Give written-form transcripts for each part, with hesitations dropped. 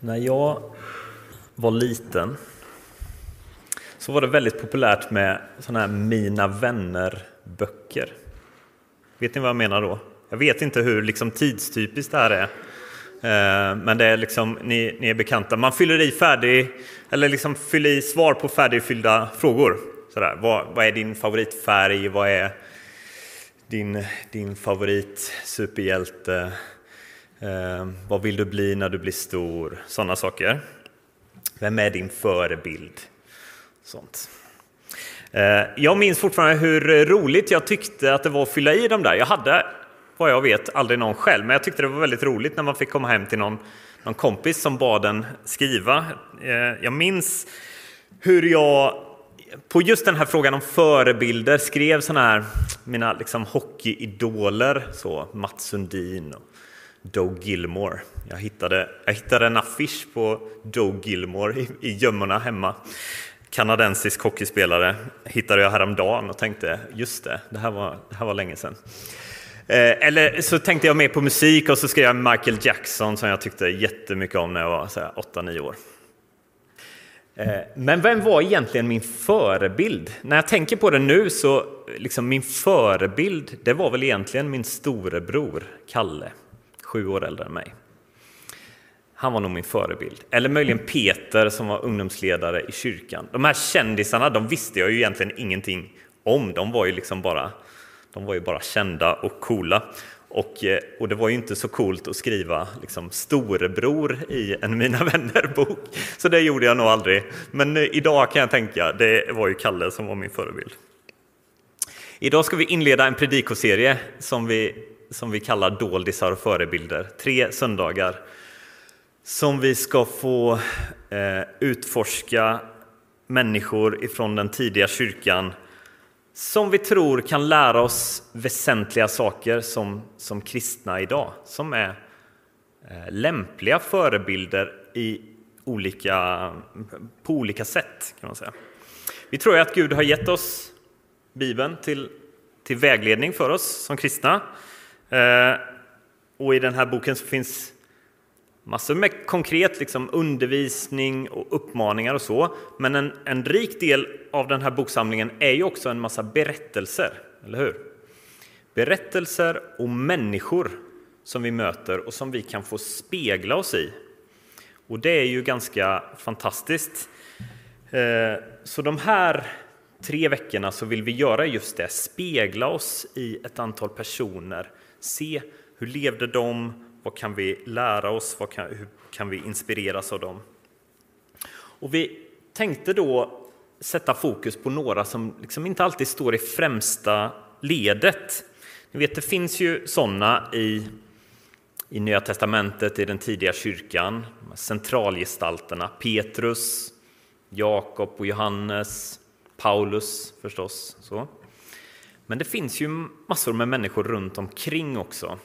När jag var liten så var det väldigt populärt med såna här Mina vänner-böcker. Vet ni vad jag menar då? Jag vet inte hur liksom tidstypiskt det här är. Men det är liksom, ni är bekanta. Man fyller i eller liksom fyller i svar på färdigfyllda frågor. Sådär. Vad är din favoritfärg? Vad är din favorit superhjälte? Vad vill du bli när du blir stor? Sådana saker. Vem är din förebild? Sånt. Jag minns fortfarande hur roligt jag tyckte att det var att fylla i dem där. Jag hade, vad jag vet, aldrig någon själv. Men jag tyckte det var väldigt roligt när man fick komma hem till någon kompis som bad en skriva. Jag minns hur jag på just den här frågan om förebilder skrev såna här mina liksom hockeyidoler, så Mats Sundin och Doug Gilmour. Jag hittade en affisch på Doug Gilmour i gömmorna hemma. Kanadensisk hockeyspelare hittade jag häromdagen och tänkte, just det här var länge sedan. Eller så tänkte jag mer på musik och så skrev jag Michael Jackson som jag tyckte jättemycket om när jag var 8-9 år. Men vem var egentligen min förebild? När jag tänker på det nu så liksom min förebild, det var väl egentligen min storebror Kalle, 7 år äldre än mig. Han var nog min förebild. Eller möjligen Peter som var ungdomsledare i kyrkan. De här kändisarna, de visste jag ju egentligen ingenting om. De var ju bara kända och coola. Och det var ju inte så coolt att skriva liksom storebror i en Mina vänner-bok. Så det gjorde jag nog aldrig. Men idag kan jag tänka, det var ju Kalle som var min förebild. Idag ska vi inleda en predikoserie som vi kallar Doldisar och förebilder. 3 söndagar som vi ska få utforska människor ifrån den tidiga kyrkan som vi tror kan lära oss väsentliga saker som kristna idag, som är lämpliga förebilder på olika sätt, kan man säga. Vi tror att Gud har gett oss Bibeln till vägledning för oss som kristna. Och i den här boken så finns massor med konkret liksom undervisning och uppmaningar och så. Men en rik del av den här boksamlingen är ju också en massa berättelser, eller hur? Berättelser om människor som vi möter och som vi kan få spegla oss i. Och det är ju ganska fantastiskt. Så de här 3 veckorna så vill vi göra just det. Spegla oss i ett antal personer. Se hur levde de? Vad kan vi lära oss? Hur kan vi inspireras av dem? Och vi tänkte då sätta fokus på några som liksom inte alltid står i främsta ledet. Ni vet, det finns ju sådana i Nya testamentet, i den tidiga kyrkan. Centralgestalterna, Petrus, Jakob och Johannes, Paulus förstås. Så. Men det finns ju massor med människor runt omkring också.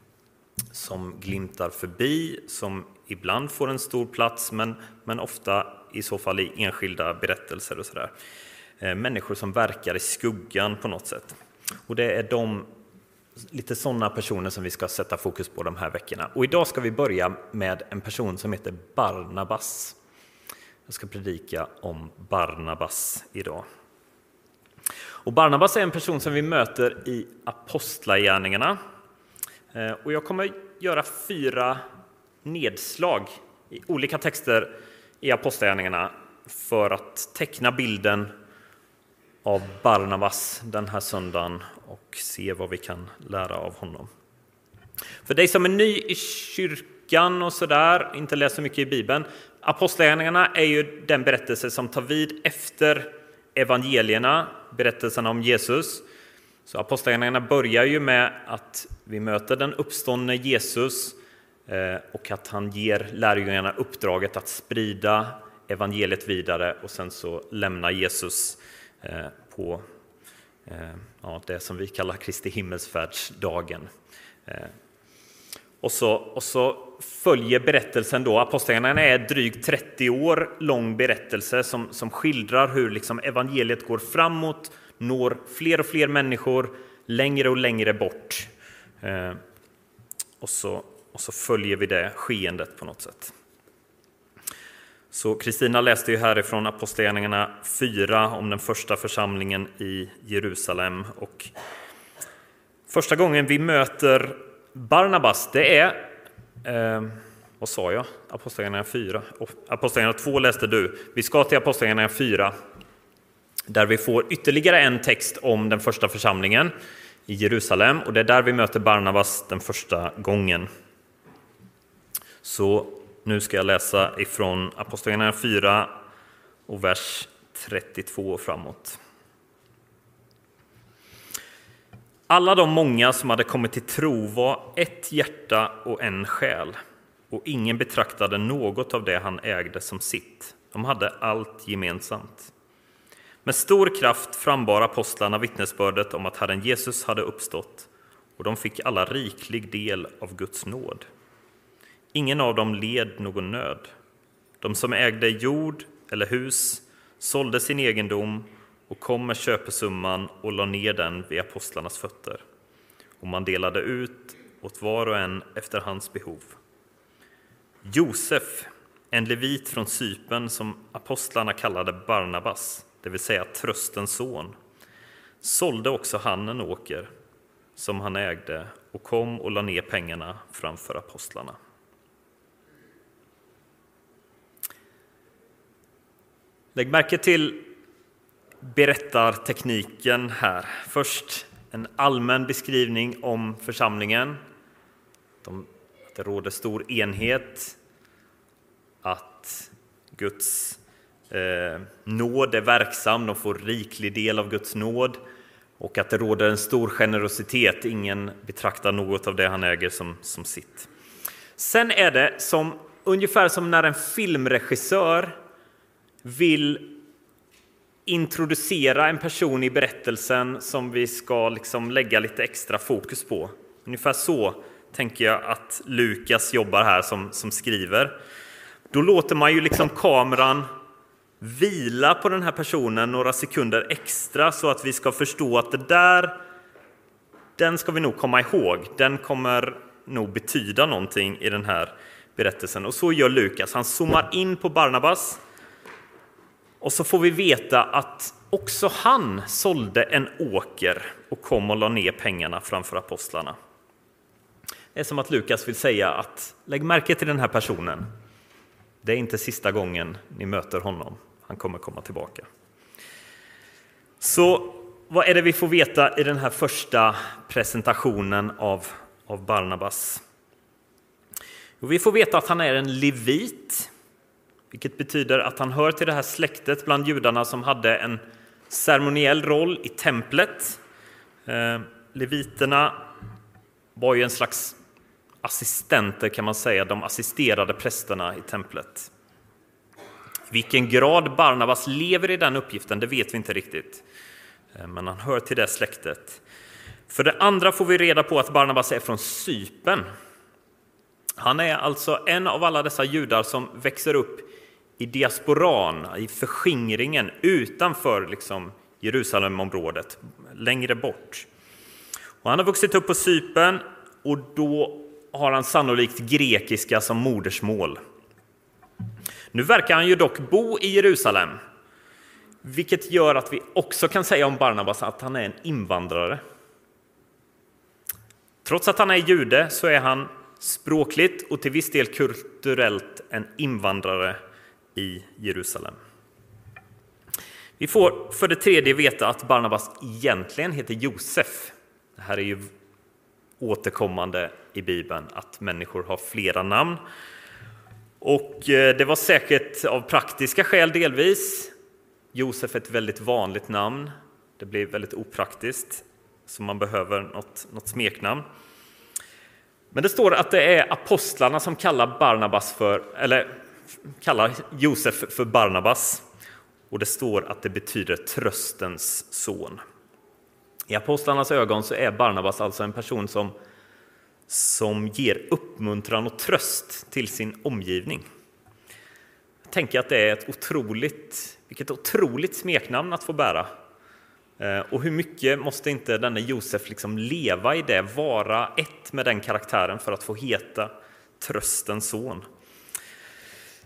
Som glimtar förbi, som ibland får en stor plats, men ofta i så fall i enskilda berättelser och sådär. Människor som verkar i skuggan på något sätt. Och det är lite sådana personer som vi ska sätta fokus på de här veckorna. Och idag ska vi börja med en person som heter Barnabas. Jag ska predika om Barnabas idag. Och Barnabas är en person som vi möter i Apostlagärningarna. Och jag kommer göra 4 nedslag i olika texter i Apostlagärningarna för att teckna bilden av Barnabas den här söndagen och se vad vi kan lära av honom. För dig som är ny i kyrkan och sådär, inte läser mycket i Bibeln, Apostlagärningarna är ju den berättelse som tar vid efter evangelierna, berättelsen om Jesus. Så Apostlagärningarna börjar ju med att vi möter den uppståndne Jesus och att han ger lärjungarna uppdraget att sprida evangeliet vidare, och sen så lämnar Jesus på det som vi kallar Kristi himmelsfärdsdagen. Och så följer berättelsen då. Apostlagärningarna är drygt 30 år lång berättelse som skildrar hur liksom evangeliet går framåt, når fler och fler människor längre och längre bort. Och så följer vi det skeendet på något sätt. Så Kristina läste ju härifrån Apostlagärningarna 4 om den första församlingen i Jerusalem. Och första gången vi möter Barnabas, det är, vad sa jag? Apostlagärningarna 4. Apostlagärningarna 2 läste du. Vi ska till Apostlagärningarna 4, där vi får ytterligare en text om den första församlingen i Jerusalem. Och det är där vi möter Barnabas den första gången. Så nu ska jag läsa ifrån Apostlagärningarna 4 och vers 32 och framåt. Alla de många som hade kommit till tro var ett hjärta och en själ, och ingen betraktade något av det han ägde som sitt. De hade allt gemensamt. Med stor kraft frambar apostlarna vittnesbördet om att Herren Jesus hade uppstått, och de fick alla riklig del av Guds nåd. Ingen av dem led någon nöd. De som ägde jord eller hus sålde sin egendom och kom med köpesumman och la ner den vid apostlarnas fötter. Och man delade ut åt var och en efter hans behov. Josef, en levit från Cypern som apostlarna kallade Barnabas, det vill säga tröstens son, sålde också han en åker som han ägde och kom och la ner pengarna framför apostlarna. Lägg märke till berättartekniken här. Först en allmän beskrivning om församlingen. Att det råder stor enhet. Att Guds nåd är verksam. De får riklig del av Guds nåd. Och att det råder en stor generositet. Ingen betraktar något av det han äger som sitt. Sen är det ungefär som när en filmregissör vill introducera en person i berättelsen som vi ska lägga lite extra fokus på. Ungefär så tänker jag att Lukas jobbar här som skriver. Då låter man ju kameran vila på den här personen några sekunder extra så att vi ska förstå att den ska vi nog komma ihåg. Den kommer nog betyda någonting i den här berättelsen. Och så gör Lukas. Han zoomar in på Barnabas. Och så får vi veta att också han sålde en åker och kom och la ner pengarna framför apostlarna. Det är som att Lukas vill säga att lägg märke till den här personen. Det är inte sista gången ni möter honom. Han kommer komma tillbaka. Så vad är det vi får veta i den här första presentationen av Barnabas? Jo, vi får veta att han är en levit. Vilket betyder att han hör till det här släktet bland judarna som hade en ceremoniell roll i templet. Leviterna var ju en slags assistenter kan man säga. De assisterade prästerna i templet. I vilken grad Barnabas lever i den uppgiften, det vet vi inte riktigt. Men han hör till det släktet. För det andra får vi reda på att Barnabas är från Cypern. Han är alltså en av alla dessa judar som växer upp i diasporan, i förskingringen utanför Jerusalemområdet, längre bort. Och han har vuxit upp på Cypern och då har han sannolikt grekiska som modersmål. Nu verkar han ju dock bo i Jerusalem, vilket gör att vi också kan säga om Barnabas att han är en invandrare. Trots att han är jude så är han språkligt och till viss del kulturellt en invandrare i Jerusalem. Vi får för det tredje veta att Barnabas egentligen heter Josef. Det här är ju återkommande i Bibeln att människor har flera namn. Och det var säkert av praktiska skäl delvis. Josef är ett väldigt vanligt namn. Det blir väldigt opraktiskt så man behöver något smeknamn. Men det står att det är apostlarna som kallar Josef för Barnabas. Och det står att det betyder tröstens son. I apostlarnas ögon så är Barnabas alltså en person som ger uppmuntran och tröst till sin omgivning. Jag tänker att det är vilket otroligt smeknamn att få bära. Och hur mycket måste inte denne Josef leva i det, vara ett med den karaktären för att få heta tröstens son.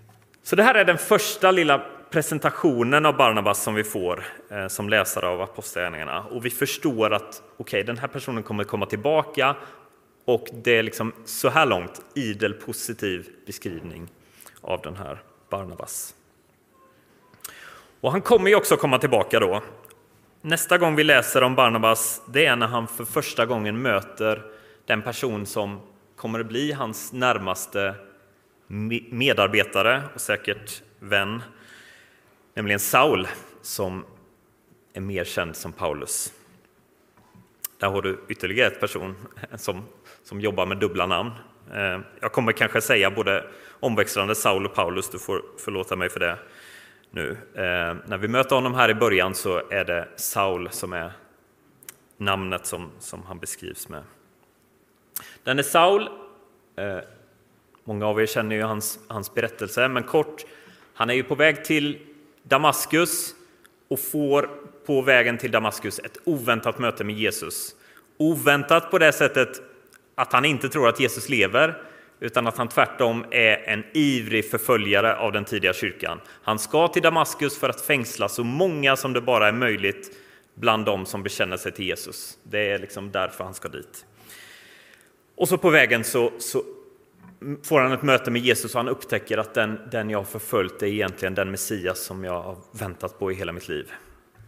Så det här är den första lilla presentationen av Barnabas som vi får som läsare av Apostlagärningarna. Och vi förstår att den här personen kommer komma tillbaka, och det är liksom så här långt idel positiv beskrivning av den här Barnabas. Och han kommer ju också komma tillbaka då. Nästa gång vi läser om Barnabas, det är när han för första gången möter den person som kommer att bli hans närmaste medarbetare och säkert vän, nämligen Saul, som är mer känd som Paulus. Där har du ytterligare ett person som jobbar med dubbla namn. Jag kommer kanske säga både omväxlande Saul och Paulus, du får förlåta mig för det nu. När vi möter honom här i början så är det Saul som är namnet som han beskrivs med. Den är Saul. Många av er känner ju hans berättelse, men kort, han är ju på väg till Damaskus och får på vägen till Damaskus ett oväntat möte med Jesus. Oväntat på det sättet att han inte tror att Jesus lever, utan att han tvärtom är en ivrig förföljare av den tidiga kyrkan. Han ska till Damaskus för att fängsla så många som det bara är möjligt bland dem som bekänner sig till Jesus. Det är liksom därför han ska dit. Och så på vägen så får han ett möte med Jesus, och han upptäcker att den jag har förföljt är egentligen den Messias som jag har väntat på i hela mitt liv.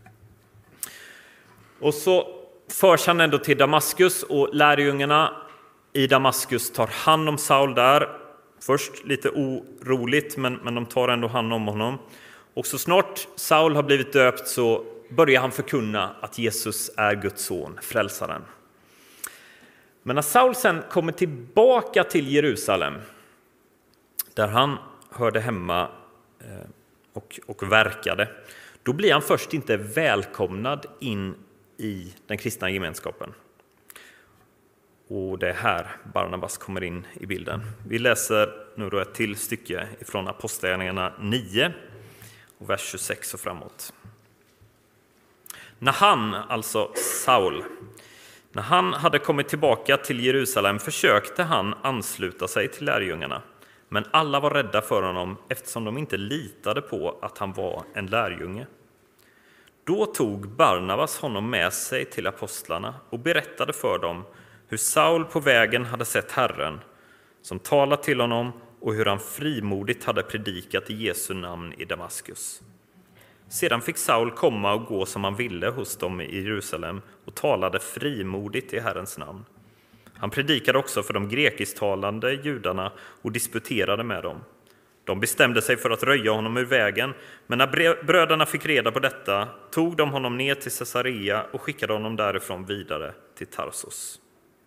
Och så förs han ändå till Damaskus, och lärjungarna i Damaskus tar hand om Saul där. Först lite oroligt, men de tar ändå hand om honom. Och så snart Saul har blivit döpt så börjar han förkunna att Jesus är Guds son, frälsaren. Men när Saul sen kommer tillbaka till Jerusalem, där han hörde hemma och verkade, då blir han först inte välkomnad in i den kristna gemenskapen. Och det är här Barnabas kommer in i bilden. Vi läser nu då ett till stycke från Apostlagärningarna 9 och vers 26 och framåt. När han, alltså Saul, när han hade kommit tillbaka till Jerusalem försökte han ansluta sig till lärjungarna. Men alla var rädda för honom eftersom de inte litade på att han var en lärjunge. Då tog Barnabas honom med sig till apostlarna och berättade för dem hur Saul på vägen hade sett Herren som talat till honom och hur han frimodigt hade predikat i Jesu namn i Damaskus. Sedan fick Saul komma och gå som han ville hos dem i Jerusalem och talade frimodigt i Herrens namn. Han predikade också för de grekisktalande judarna och disputerade med dem. De bestämde sig för att röja honom ur vägen, men när bröderna fick reda på detta tog de honom ner till Caesarea och skickade honom därifrån vidare till Tarsus.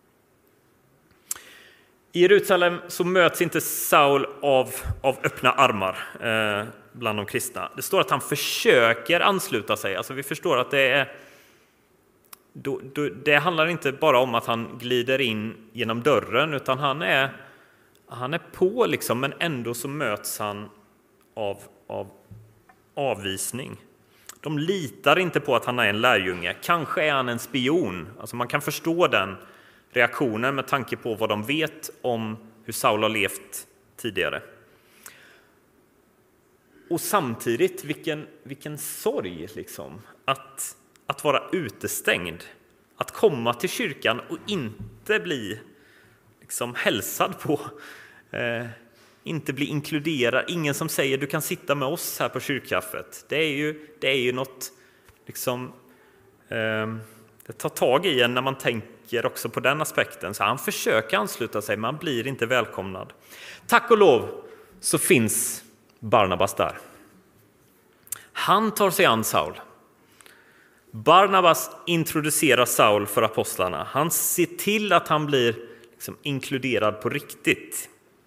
I Jerusalem så möts inte Saul av öppna armar bland de kristna. Det står att han försöker ansluta sig. Alltså vi förstår att det handlar inte bara om att han glider in genom dörren, utan han är på liksom, men ändå så möts han av avvisning. De litar inte på att han är en lärjunge. Kanske är han en spion. Alltså man kan förstå den reaktionen med tanke på vad de vet om hur Saul har levt tidigare. Och samtidigt vilken sorg liksom, att vara utestängd, att komma till kyrkan och inte bli liksom hälsad på, inte bli inkluderad, ingen som säger du kan sitta med oss här på kyrkkaffet. Det är ju något liksom, det tar tag i en när man tänker också på den aspekten. Så han försöker ansluta sig, men han blir inte välkomnad. Tack och lov så finns Barnabas där. Han tar sig an Saul. Barnabas introducerar Saul för apostlarna. Han ser till att han blir liksom inkluderad på riktigt.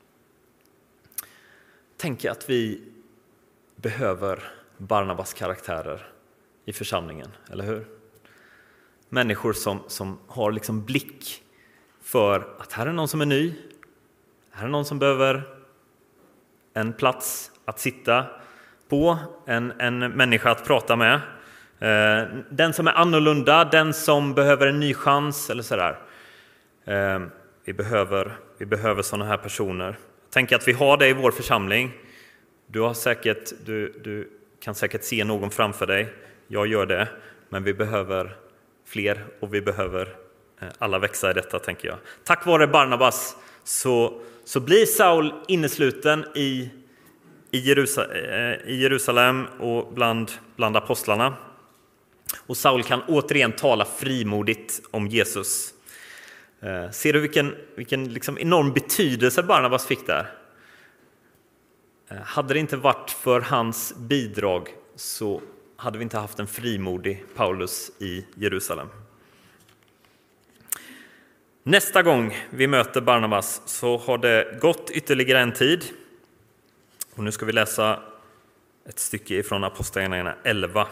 Tänk att vi behöver Barnabas karaktärer i församlingen, eller hur? Människor som har liksom blick för att här är någon som är ny. Här är någon som behöver en plats att sitta på, en människa att prata med. Den som är annorlunda, den som behöver en ny chans eller sådär. Vi behöver sådana här personer. Tänk att vi har det i vår församling. Du kan säkert se någon framför dig. Jag gör det, men vi behöver fler och vi behöver alla växa i detta, tänker jag. Tack vare Barnabas så blir Saul innesluten i Jerusalem och bland apostlarna. Och Saul kan återigen tala frimodigt om Jesus. Ser du vilken liksom enorm betydelse Barnabas fick där? Hade det inte varit för hans bidrag så hade vi inte haft en frimodig Paulus i Jerusalem. Nästa gång vi möter Barnabas så har det gått ytterligare en tid. Och nu ska vi läsa ett stycke ifrån Apostlagärningarna 11.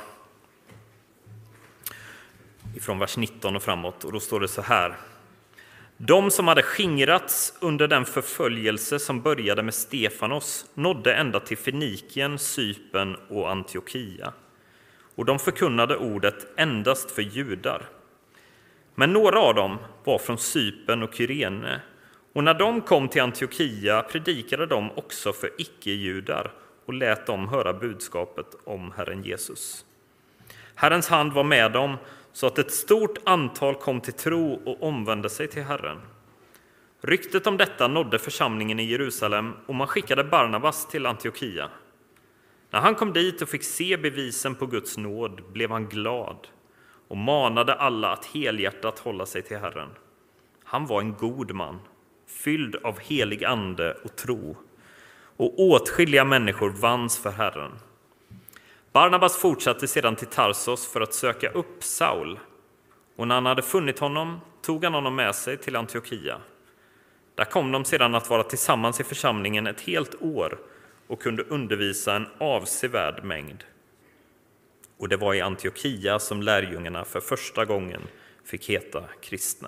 Ifrån vers 19 och framåt. Och då står det så här. De som hade skingrats under den förföljelse som började med Stefanos nådde ända till Fenikien, Cypern och Antiochia. Och de förkunnade ordet endast för judar. Men några av dem var från Cypern och Kyrene. Och när de kom till Antiochia predikade de också för icke-judar och lät dem höra budskapet om Herren Jesus. Herrens hand var med dem så att ett stort antal kom till tro och omvände sig till Herren. Ryktet om detta nådde församlingen i Jerusalem och man skickade Barnabas till Antiochia. När han kom dit och fick se bevisen på Guds nåd blev han glad och manade alla att helhjärtat hålla sig till Herren. Han var en god man, fylld av helig ande och tro, och åtskilliga människor vanns för Herren. Barnabas fortsatte sedan till Tarsos för att söka upp Saul, och när han hade funnit honom tog han honom med sig till Antiochia. Där kom de sedan att vara tillsammans i församlingen ett helt år och kunde undervisa en avsevärd mängd. Och det var i Antiochia som lärjungarna för första gången fick heta kristna.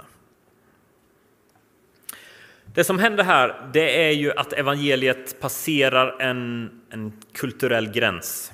Det som händer här, det är ju att evangeliet passerar en kulturell gräns.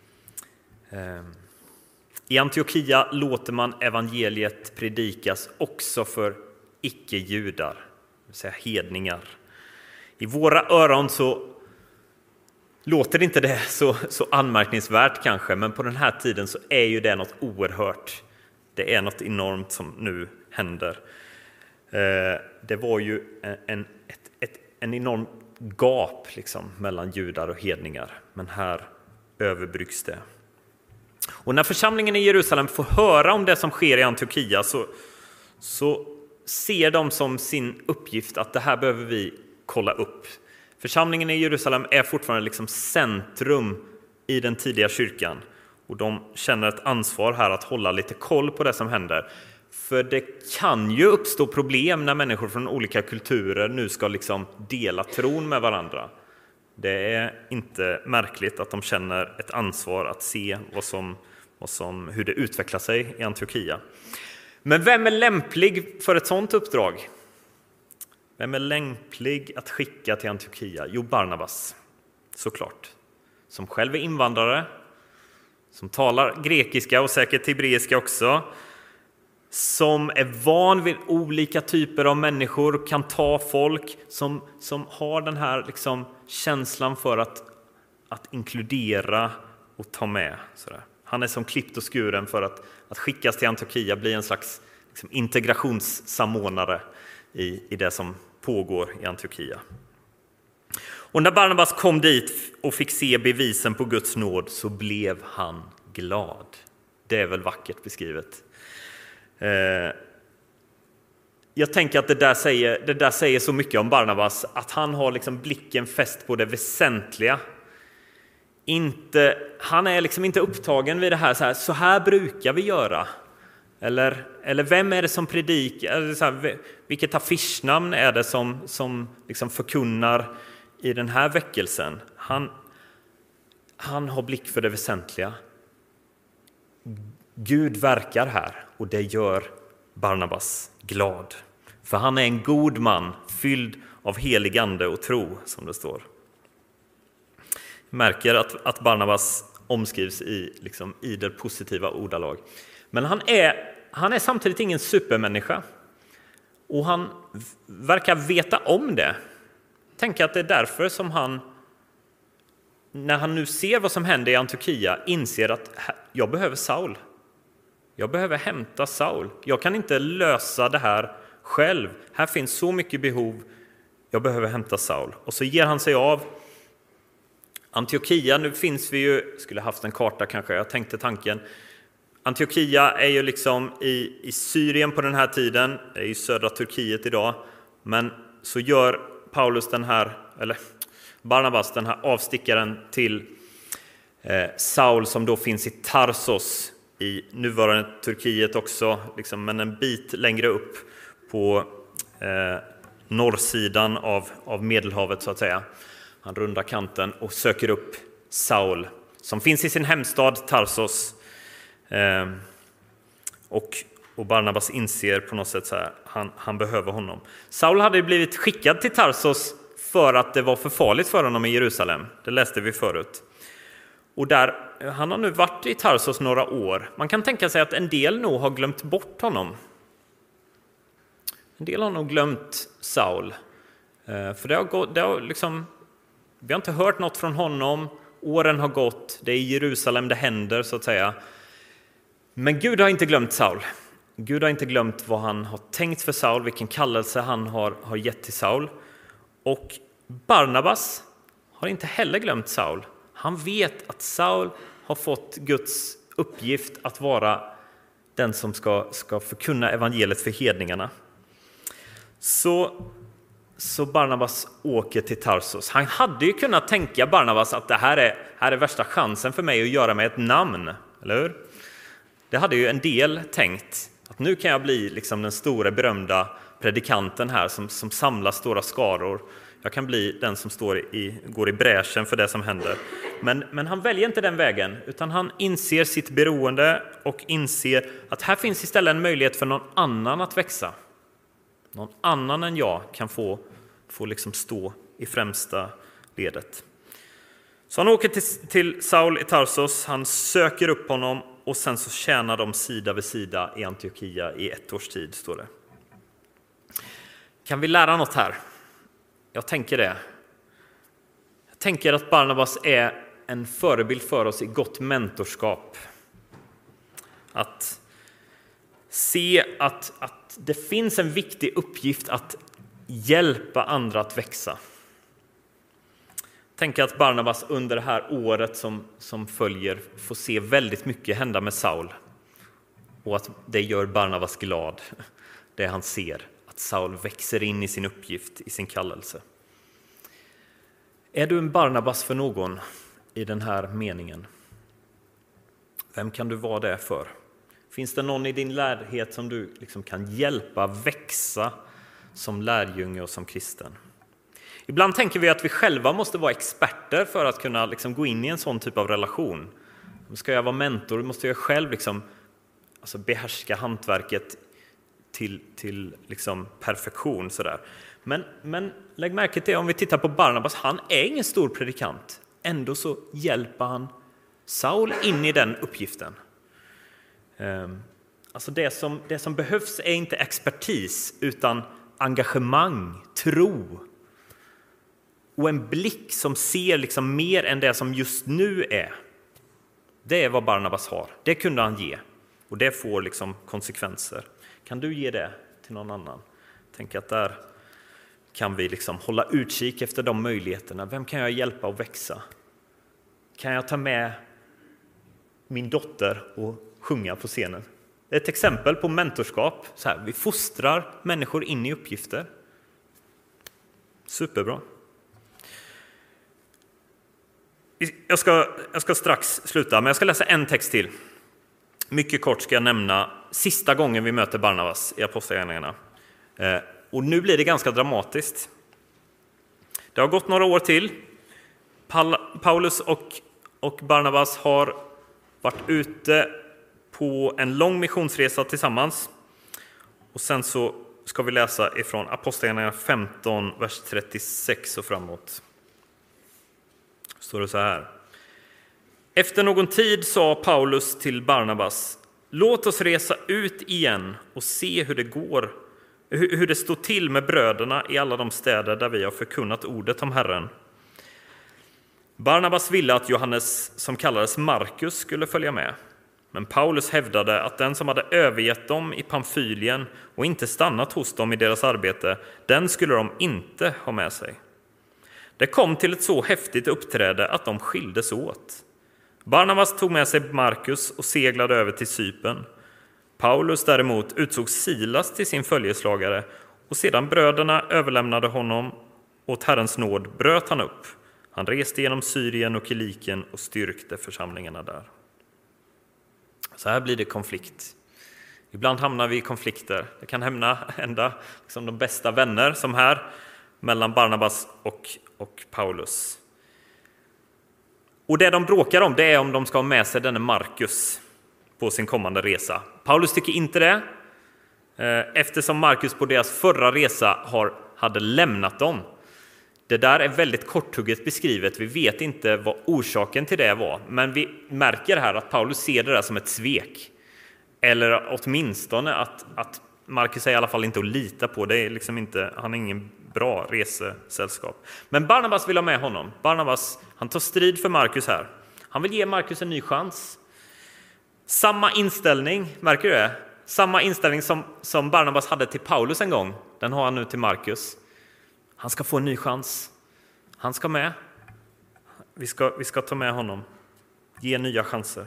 I Antiochia låter man evangeliet predikas också för icke-judar, det vill säga hedningar. I våra öron så låter inte det så anmärkningsvärt kanske, men på den här tiden så är ju det något oerhört. Det är något enormt som nu händer. Det var ju en enorm gap liksom, mellan judar och hedningar, men här överbryggs det. Och när församlingen i Jerusalem får höra om det som sker i Antiochia så ser de som sin uppgift att det här behöver vi kolla upp. Församlingen i Jerusalem är fortfarande liksom centrum i den tidiga kyrkan. Och de känner ett ansvar här att hålla lite koll på det som händer. För det kan ju uppstå problem när människor från olika kulturer nu ska liksom dela tron med varandra. Det är inte märkligt att de känner ett ansvar att se hur det utvecklar sig i Antiochia. Men vem är lämplig för ett sådant uppdrag? Vem är lämplig att skicka till Antiochia? Jo, Barnabas, såklart. Som själv är invandrare, som talar grekiska och säkert hebreiska också, som är van vid olika typer av människor, kan ta folk, som har den här liksom känslan för att inkludera och ta med. Sådär. Han är som klippt och skuren för att skickas till Antiochia, bli en slags liksom integrationssamordnare i det som pågår i Antiochia. Och när Barnabas kom dit och fick se bevisen på Guds nåd så blev han glad. Det är väl vackert beskrivet. Jag tänker att det där säger så mycket om Barnabas, att han har liksom blicken fäst på det väsentliga. Han är liksom inte upptagen vid det här så här brukar vi göra. Eller vem är det som predikar? Vilket affischnamn är det som liksom förkunnar i den här väckelsen? Han har blick för det väsentliga. Gud verkar här och det gör Barnabas glad. För han är en god man, fylld av helig ande och tro, som det står. Jag märker att Barnabas omskrivs i det positiva ordalag. Men han är samtidigt ingen supermänniska. Och han verkar veta om det. Tänk att det är därför som han, när han nu ser vad som händer i Antiochia, inser att jag behöver Saul. Jag behöver hämta Saul. Jag kan inte lösa det här själv. Här finns så mycket behov. Jag behöver hämta Saul. Och så ger han sig av. Antiochia, nu finns vi ju, skulle haft en karta kanske, jag tänkte tanken. Antiochia är ju liksom i Syrien på den här tiden, det är ju södra Turkiet idag. Men så gör Barnabas den här avstickaren till Saul som då finns i Tarsos i nuvarande Turkiet också, liksom, men en bit längre upp på norrsidan av Medelhavet så att säga. Han rundar kanten och söker upp Saul som finns i sin hemstad Tarsos. Och Barnabas inser på något sätt så här, han behöver honom. Saul hade blivit skickad till Tarsos för att det var för farligt för honom i Jerusalem. Det läste vi förut. Och han har nu varit i Tarsos några år. Man kan tänka sig att en del nog har glömt bort honom. En del har nog glömt Saul. För vi har inte hört något från honom. Åren har gått. Det är i Jerusalem det händer så att säga. Men Gud har inte glömt Saul. Gud har inte glömt vad han har tänkt för Saul, vilken kallelse han har gett till Saul. Och Barnabas har inte heller glömt Saul. Han vet att Saul har fått Guds uppgift att vara den som ska förkunna evangeliet för hedningarna. Så Barnabas åker till Tarsos. Han hade ju kunnat tänka Barnabas att det här är värsta chansen för mig att göra mig ett namn, eller hur? Det hade ju en del tänkt, att nu kan jag bli liksom den stora berömda predikanten här som samlar stora skaror. Jag kan bli den som går i bräschen för det som händer. Men han väljer inte den vägen, utan han inser sitt beroende och inser att här finns istället en möjlighet för någon annan att växa. Någon annan än jag kan få liksom stå i främsta ledet. Så han åker till Saul i Tarsos, han söker upp honom och sen så tjänar de sida vid sida i Antiochia i 1 års tid, står det. Kan vi lära något här? Jag tänker det. Jag tänker att Barnabas är en förebild för oss i gott mentorskap. Att se att det finns en viktig uppgift att hjälpa andra att växa. Tänk att Barnabas under det här året som följer får se väldigt mycket hända med Saul. Och att det gör Barnabas glad, det han ser. Att Saul växer in i sin uppgift, i sin kallelse. Är du en Barnabas för någon i den här meningen? Vem kan du vara det för? Finns det någon i din närhet som du liksom kan hjälpa växa som lärjunge och som kristen? Ibland tänker vi att vi själva måste vara experter för att kunna liksom gå in i en sån typ av relation. Ska jag vara mentor måste jag själv behärska hantverket till liksom perfektion. Sådär. Men lägg märke till, om vi tittar på Barnabas, han är ingen stor predikant. Ändå så hjälper han Saul in i den uppgiften. Alltså det som behövs är inte expertis utan engagemang, tro och en blick som ser liksom mer än det som just nu är. Det är vad Barnabas har. Det kunde han ge och det får liksom konsekvenser. Kan du ge det till någon annan? Tänk att där kan vi liksom hålla utkik efter de möjligheterna. Vem kan jag hjälpa att växa? Kan jag ta med min dotter och sjunga på scenen? Det är ett exempel på mentorskap. Så här, vi fostrar människor in i uppgifter. Superbra. Jag ska strax sluta, men jag ska läsa en text till. Mycket kort ska jag nämna sista gången vi möter Barnabas i Apostlagärningarna. Och nu blir det ganska dramatiskt. Det har gått några år till. Paulus och Barnabas har varit ute på en lång missionsresa tillsammans. Och sen så ska vi läsa ifrån Apostlagärningarna 15, vers 36 och framåt. Står det så här. Efter någon tid sa Paulus till Barnabas: låt oss resa ut igen och se hur det står till med bröderna i alla de städer där vi har förkunnat ordet om Herren. Barnabas ville att Johannes, som kallades Markus, skulle följa med. Men Paulus hävdade att den som hade övergett dem i Pamfylien och inte stannat hos dem i deras arbete, den skulle de inte ha med sig. Det kom till ett så häftigt uppträde att de skildes åt. Barnabas tog med sig Markus och seglade över till Cypern. Paulus däremot utsåg Silas till sin följeslagare, och sedan bröderna överlämnade honom åt Herrens nåd bröt han upp. Han reste genom Syrien och Kilikien och styrkte församlingarna där. Så här blir det konflikt. Ibland hamnar vi i konflikter. Det kan hända liksom de bästa vänner, som här, mellan Barnabas och Paulus. Och det de bråkar om, det är om de ska ha med sig denne Markus på sin kommande resa. Paulus tycker inte det, eftersom Markus på deras förra resa hade lämnat dem. Det där är väldigt korthugget beskrivet. Vi vet inte vad orsaken till det var. Men vi märker här att Paulus ser det där som ett svek. Eller åtminstone att Markus är i alla fall inte att lita på. Det är liksom inte, han är ingen bra resesällskap. Men Barnabas vill ha med honom. Barnabas, han tar strid för Markus här. Han vill ge Markus en ny chans. Samma inställning, märker du det? Samma inställning som Barnabas hade till Paulus en gång. Den har han nu till Markus. Han ska få en ny chans. Han ska med. Vi ska ta med honom. Ge nya chanser.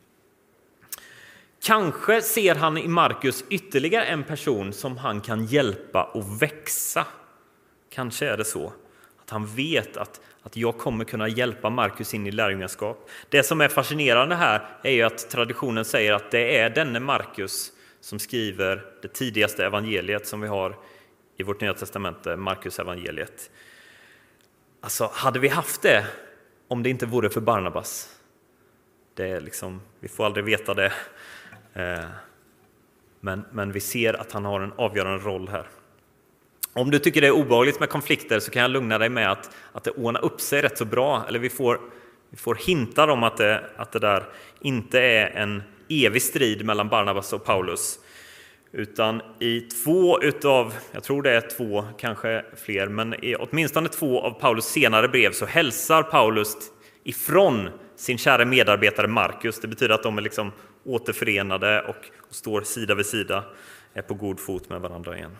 Kanske ser han i Markus ytterligare en person som han kan hjälpa och växa. Kanske är det så. Att han vet att jag kommer kunna hjälpa Markus in i lärjungaskap. Det som är fascinerande här är ju att traditionen säger att det är denne Markus som skriver det tidigaste evangeliet som vi har i vårt Nya testamente, Markus evangeliet. Alltså, hade vi haft det om det inte vore för Barnabas? Det är liksom, vi får aldrig veta det. Men vi ser att han har en avgörande roll här. Om du tycker det är obehagligt med konflikter så kan jag lugna dig med att det ordnar upp sig rätt så bra. Eller vi får hintar om att det där inte är en evig strid mellan Barnabas och Paulus. Utan i jag tror det är 2, kanske fler, men i åtminstone 2 av Paulus senare brev så hälsar Paulus ifrån sin kära medarbetare Markus. Det betyder att de är liksom återförenade och står sida vid sida, är på god fot med varandra igen.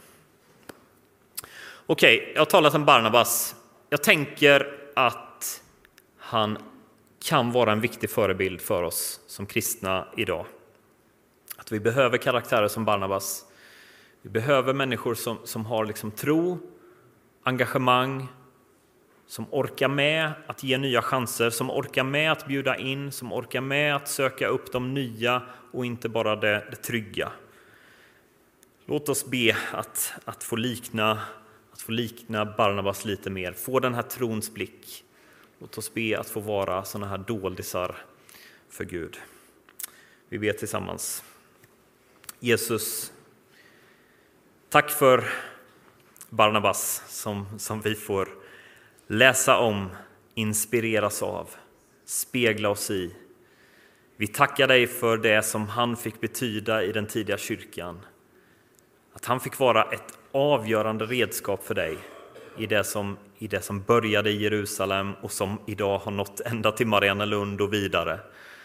Okej, jag har talat om Barnabas. Jag tänker att han kan vara en viktig förebild för oss som kristna idag. Att vi behöver karaktärer som Barnabas. Vi behöver människor som har liksom tro, engagemang, som orkar med att ge nya chanser, som orkar med att bjuda in, som orkar med att söka upp de nya och inte bara det trygga. Låt oss be att få likna Barnabas lite mer, få den här trons blick. Låt oss be att få vara såna här doldisar för Gud. Vi ber tillsammans. Jesus, tack för Barnabas som vi får läsa om, inspireras av, spegla oss i. Vi tackar dig för det som han fick betyda i den tidiga kyrkan. Att han fick vara ett avgörande redskap för dig i det som började i Jerusalem och som idag har nått ända till Mariannelund och vidare.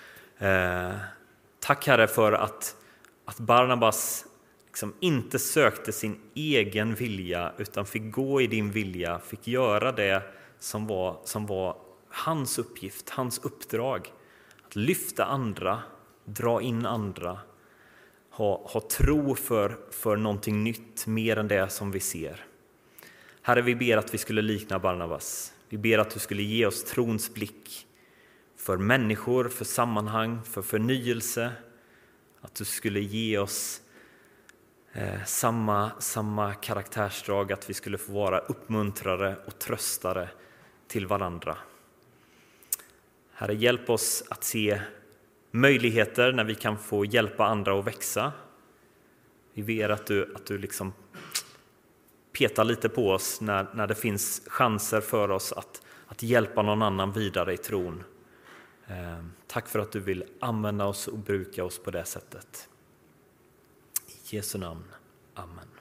Tack Herre för att Barnabas liksom inte sökte sin egen vilja utan fick gå i din vilja, fick göra det som var hans uppgift, hans uppdrag. Att lyfta andra, dra in andra, ha tro för någonting nytt mer än det som vi ser. Herre, vi ber att vi skulle likna Barnabas. Vi ber att du skulle ge oss trons blick för människor, för sammanhang, för förnyelse. Att du skulle ge oss samma karaktärsdrag, att vi skulle få vara uppmuntrare och tröstare till varandra. Herre, hjälp oss att se möjligheter när vi kan få hjälpa andra att växa. Vi ber att du liksom petar lite på oss när det finns chanser för oss att hjälpa någon annan vidare i tron. Tack för att du vill använda oss och bruka oss på det sättet. I Jesu namn. Amen.